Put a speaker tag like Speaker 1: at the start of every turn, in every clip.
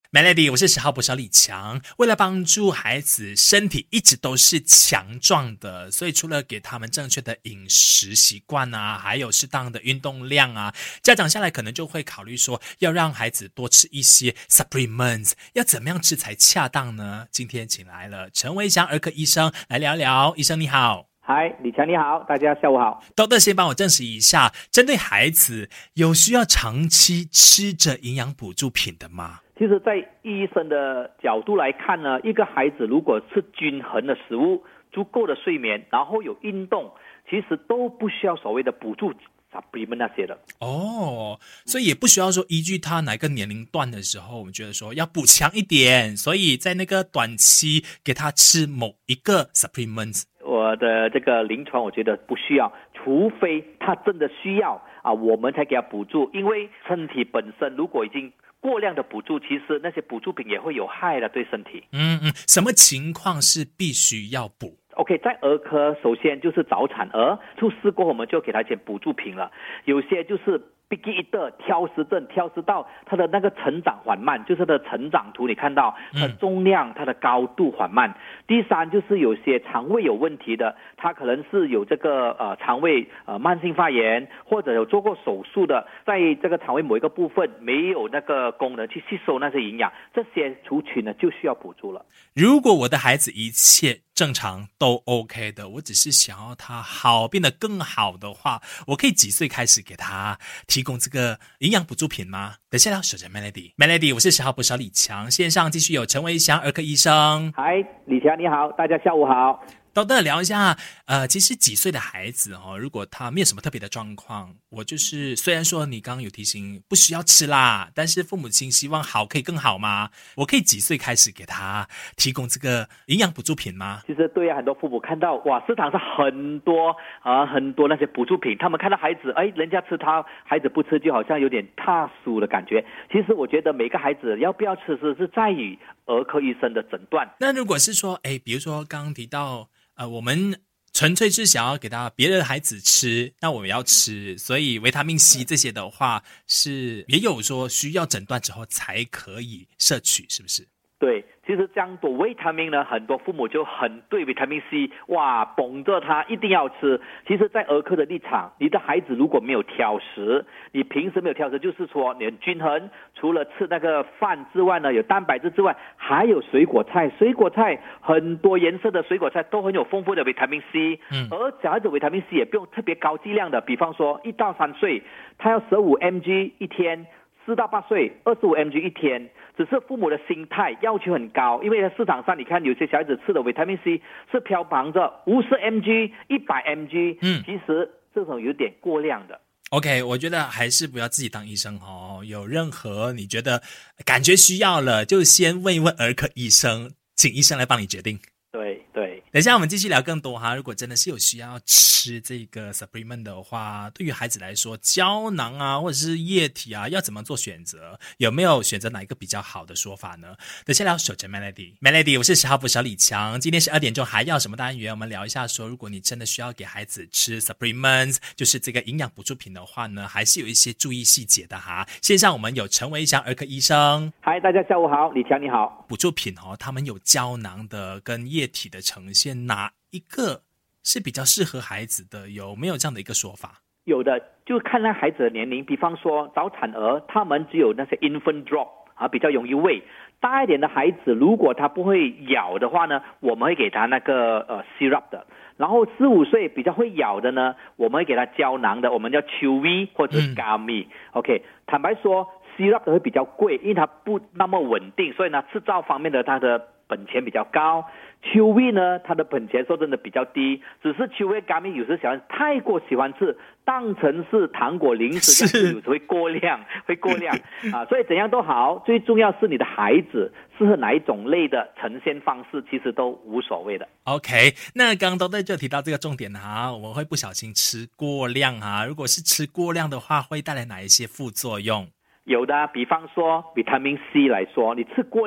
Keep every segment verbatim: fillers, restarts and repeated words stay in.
Speaker 1: Melody，我是十号播小李强。为了帮助孩子身体一直都是强壮的，所以除了给他们正确的饮食习惯啊，还有适当的运动量啊，家长下来可能就会考虑说，要让孩子多吃一些 supplements， 要怎么样吃才恰当呢？今天请来了陈维祥儿科医生来聊聊。医生你好。
Speaker 2: 嗨，李强你好，大家下午好。
Speaker 1: 豆豆先帮我证实一下，针对孩子有需要长期吃着营养补助品的吗？
Speaker 2: 其实在医生的角度来看呢，一个孩子如果是均衡的食物、足够的睡眠，然后有运动，其实都不需要所谓的补助supplement那些的。
Speaker 1: 哦，所以也不需要说依据他哪个年龄段的时候，我们觉得说要补强一点，所以在那个短期给他吃某一个 supplement。
Speaker 2: 我的这个临床我觉得不需要，除非他真的需要啊，我们才给他补助。因为身体本身如果已经过量的补助，其实那些补助品也会有害的对身体。
Speaker 1: 嗯嗯，什么情况是必须要补
Speaker 2: ？OK， 在儿科，首先就是早产儿出事过后，我们就给他一些补助品了。有些就是picky eater挑食症，挑食到他的那个成长缓慢，就是他的成长图你看到，它的重量、它的高度缓慢。第三就是有些肠胃有问题的，他可能是有这个呃肠胃呃慢性发炎，或者有做过手术的，在这个肠胃某一个部分没有那个功能去吸收那些营养，这些族群呢就需要补助了。
Speaker 1: 如果我的孩子一切正常都 OK 的，我只是想要他好变得更好的话，我可以几岁开始给他提供这个营养补助品吗？等下聊守着 Melody Melody， 我是十号播小李强，线上继续有陈维祥儿科医生。
Speaker 2: 嗨，李强你好，大家下午好。
Speaker 1: 豆豆聊一下，呃，其实几岁的孩子哦，如果他没有什么特别的状况，我就是虽然说你刚刚有提醒不需要吃啦，但是父母亲希望好可以更好吗？我可以几岁开始给他提供这个营养补助品吗？
Speaker 2: 其实对啊，很多父母看到哇，市场上很多啊、呃、很多那些补助品，他们看到孩子，哎，人家吃他，孩子不吃，就好像有点踏俗的感觉。其实我觉得每个孩子要不要吃是是在于儿科医生的诊断。
Speaker 1: 那如果是说，哎，比如说刚刚提到。呃，我们纯粹是想要给他别的孩子吃，那我们要吃，所以维他命 C 这些的话是也有说需要诊断之后才可以摄取，是不是？
Speaker 2: 对，其实这样多维他命呢，很多父母就很对维他命 C， 哇，绷着他一定要吃。其实在儿科的立场，你的孩子如果没有挑食，你平时没有挑食，就是说你很均衡，除了吃那个饭之外呢，有蛋白质之外，还有水果菜，水果菜很多颜色的水果菜都很有丰富的维他命 C，嗯，而小孩子维他命 C 也不用特别高剂量的，比方说一到三岁，他要十五 milligrams 一天。四到八岁二十五 milligrams 一天，只是父母的心态要求很高，因为在市场上你看有些小孩子吃的维他命 C 是标榜着五十 milligrams 一百 milligrams， 嗯，其实这种有点过量的。
Speaker 1: OK， 我觉得还是不要自己当医生哦，有任何你觉得感觉需要了，就先问一问儿科医生，请医生来帮你决定。
Speaker 2: 对对，
Speaker 1: 等一下我们继续聊更多哈。如果真的是有需要吃这个 supplement 的话，对于孩子来说，胶囊啊或者是液体啊，要怎么做选择？有没有选择哪一个比较好的说法呢？等一下聊守着 Melody Melody， 我是十号播小李强。今天十二点钟还要什么单元？我们聊一下说，如果你真的需要给孩子吃 supplements， 就是这个营养补助品的话呢，还是有一些注意细节的哈。线上我们有陈维祥儿科医生。
Speaker 2: 嗨，大家下午好，李强你好。
Speaker 1: 补助品哦，他们有胶囊的跟液体的呈现，哪一个是比较适合孩子的？有没有这样的一个说法？
Speaker 2: 有的，就看那孩子的年龄，比方说早产儿，他们只有那些 infant drop 啊，比较容易喂。大一点的孩子，如果他不会咬的话呢，我们会给他那个呃 syrup 的。然后四五岁比较会咬的呢，我们会给他胶囊的，我们叫 chewy 或者 gummy、嗯。OK， 坦白说 syrup 的会比较贵，因为它不那么稳定，所以呢制造方面的它的本钱比较高。chewy 呢，它的本钱说真的比较低，只是 chewy gummy 有时小孩子太过喜欢吃，当成是糖果零食，有时会过量，会过量啊。所以怎样都好，最重要是你的孩子适合哪一种类的呈现方式，其实都无所谓的。
Speaker 1: OK， 那刚刚都在这提到这个重点哈，我们会不小心吃过量哈。如果是吃过量的话，会带来哪一些副作用？
Speaker 2: 有的，比方说维他命 C 来说，你吃过量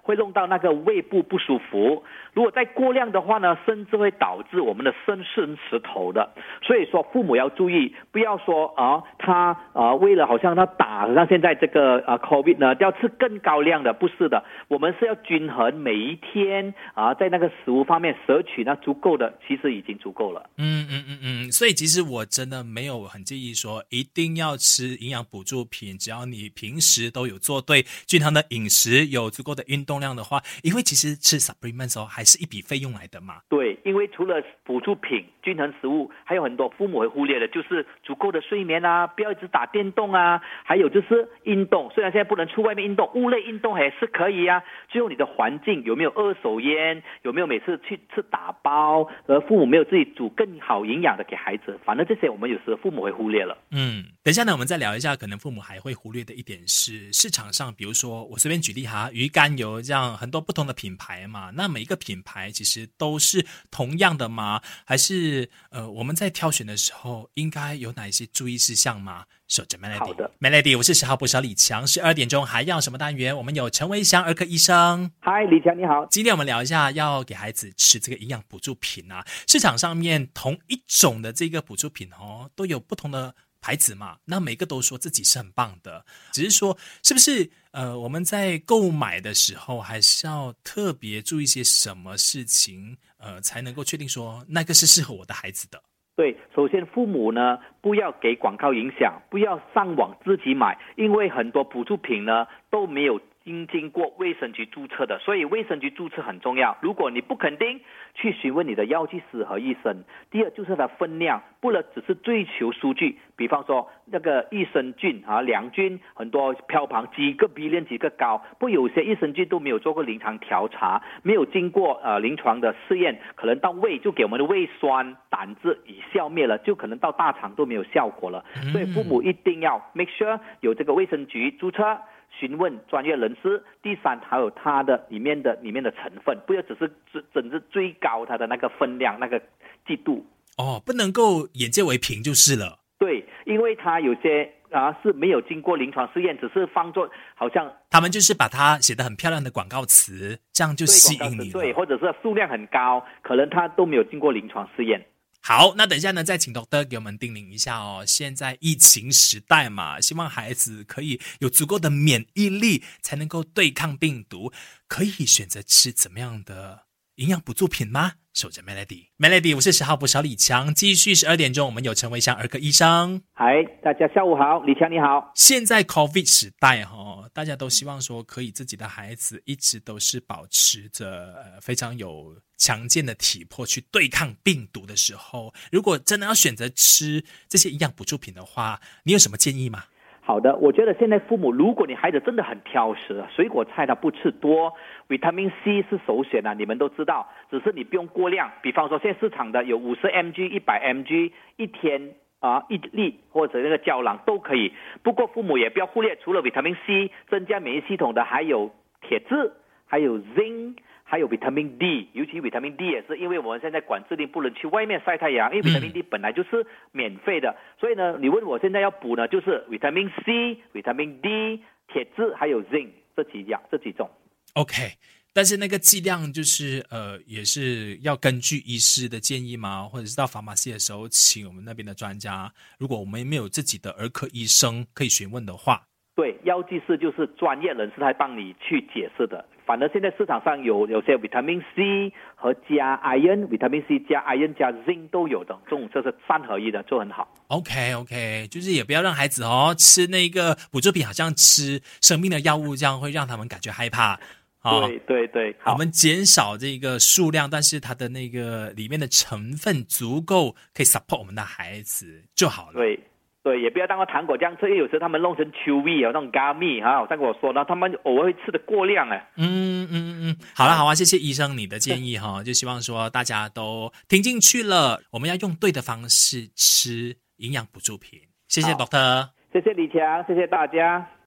Speaker 2: 会弄到那个胃部不舒服。如果再过量的话呢，甚至会导致我们的肾生石头的。所以说父母要注意，不要说啊，他啊为了好像他打像现在这个啊 COVID 呢，要吃更高量的，不是的，我们是要均衡每一天啊，在那个食物方面摄取那足够的，其实已经足够了。
Speaker 1: 嗯嗯嗯嗯，所以其实我真的没有很介意说一定要吃营养补助品，只要你平时都有做对均衡的饮食，有足够的运动量的话，因为其实吃 supplements 哦，还是一笔费用来的嘛。
Speaker 2: 对，因为除了补助品、均衡食物，还有很多父母会忽略的，就是足够的睡眠啊，不要一直打电动啊，还有就是运动。虽然现在不能出外面运动，屋内运动也是可以啊。最后你的环境有没有二手烟，有没有每次去吃打包，而父母没有自己煮更好营养的给孩子，反正这些我们有时父母会忽略了。
Speaker 1: 嗯，等一下呢，我们再聊一下，可能父母还会忽略的一点是市场上，比如说我随便举例哈，鱼肝油这样很多不同的品牌嘛，那每一个品牌其实都是同样的吗？还是呃我们在挑选的时候应该有哪一些注意事项吗？守着 Melody，
Speaker 2: 好的
Speaker 1: Melody， 我是十号补小李强，十二点钟还要什么单元？我们有陈维祥儿科医生。
Speaker 2: 嗨，李强你好。
Speaker 1: 今天我们聊一下要给孩子吃这个营养补助品啊，市场上面同一种的这个补助品哦，都有不同的牌子嘛，那每个都说自己是很棒的，只是说是不是呃我们在购买的时候还是要特别注意些什么事情，呃才能够确定说那个是适合我的孩子的。
Speaker 2: 对，首先父母呢不要给广告影响，不要上网自己买，因为很多补助品呢都没有经经过卫生局注册的，所以卫生局注册很重要。如果你不肯定，去询问你的药剂师和医生。第二就是它的分量，不能只是追求数据，比方说那个益生菌啊、良菌，很多标榜几个 billion 几个高，不有些益生菌都没有做过临床调查，没有经过呃临床的试验，可能到胃就给我们的胃酸、胆汁已消灭了，就可能到大肠都没有效果了。所以父母一定要 make sure 有这个卫生局注册，询问专业人士。第三，还有它的里面的里面的成分，不要只是整只追高它的那个分量、那个剂度。
Speaker 1: 哦，不能够眼见为凭就是了。
Speaker 2: 对，因为它有些啊是没有经过临床试验，只是放作好像
Speaker 1: 他们就是把它写得很漂亮的广告词，这样就吸引你了。
Speaker 2: 对，或者是数量很高，可能它都没有经过临床试验。
Speaker 1: 好，那等一下呢，再请 Doctor 给我们叮咛一下哦。现在疫情时代嘛，希望孩子可以有足够的免疫力，才能够对抗病毒。可以选择吃怎么样的营养补助品吗？守着 Melody， Melody， 我是十号补小李强，继续十二点钟，我们有陈维祥儿科医生。
Speaker 2: 嗨，大家下午好，李强你好。
Speaker 1: 现在 COVID 时代哈，大家都希望说可以自己的孩子一直都是保持着呃非常有强健的体魄去对抗病毒的时候，如果真的要选择吃这些营养补助品的话，你有什么建议吗？
Speaker 2: 好的，我觉得现在父母，如果你孩子真的很挑食，水果菜他不吃多，维他命 C 是首选啊，你们都知道，只是你不用过量。比方说现在市场的有五十 milligrams、一百 milligrams 一天啊一粒或者那个胶囊都可以。不过父母也不要忽略，除了维他命 C 增加免疫系统的，还有铁质，还有 zinc。还有维他命 D， 尤其维他命 D 也是，因为我们现在管制令不能去外面晒太阳，因为维他命 D 本来就是免费的，所以呢，你问我现在要补呢，就是维他命 C、维他命 D、铁质还有 zinc 这几样这几种。
Speaker 1: OK， 但是那个剂量就是呃，也是要根据医师的建议吗？或者是到pharmacy的时候，请我们那边的专家，如果我们没有自己的儿科医生可以询问的话。
Speaker 2: 对，药剂师就是专业人士来帮你去解释的。反正现在市场上有有些维他命 C 和加 iron， 维他命 C 加 iron 加 zinc 都有的，这种这是三合一的，就很好。
Speaker 1: OK OK， 就是也不要让孩子哦吃那个补助品，好像吃生命的药物，这样会让他们感觉害怕。
Speaker 2: 哦、对对对，
Speaker 1: 我们减少这个数量，但是它的那个里面的成分足够可以 support 我们的孩子就好了。
Speaker 2: 对。对，也不要当个糖果这样吃，因为有时候他们弄成 chewy 啊，那种 gummy 哈，好像跟我说呢，他们偶尔会吃的过量哎。
Speaker 1: 嗯嗯嗯，好了好啊，谢谢医生你的建议哈，就希望说大家都听进去了，我们要用对的方式吃营养补助品。谢谢 Doctor，
Speaker 2: 谢谢李强，谢谢大家。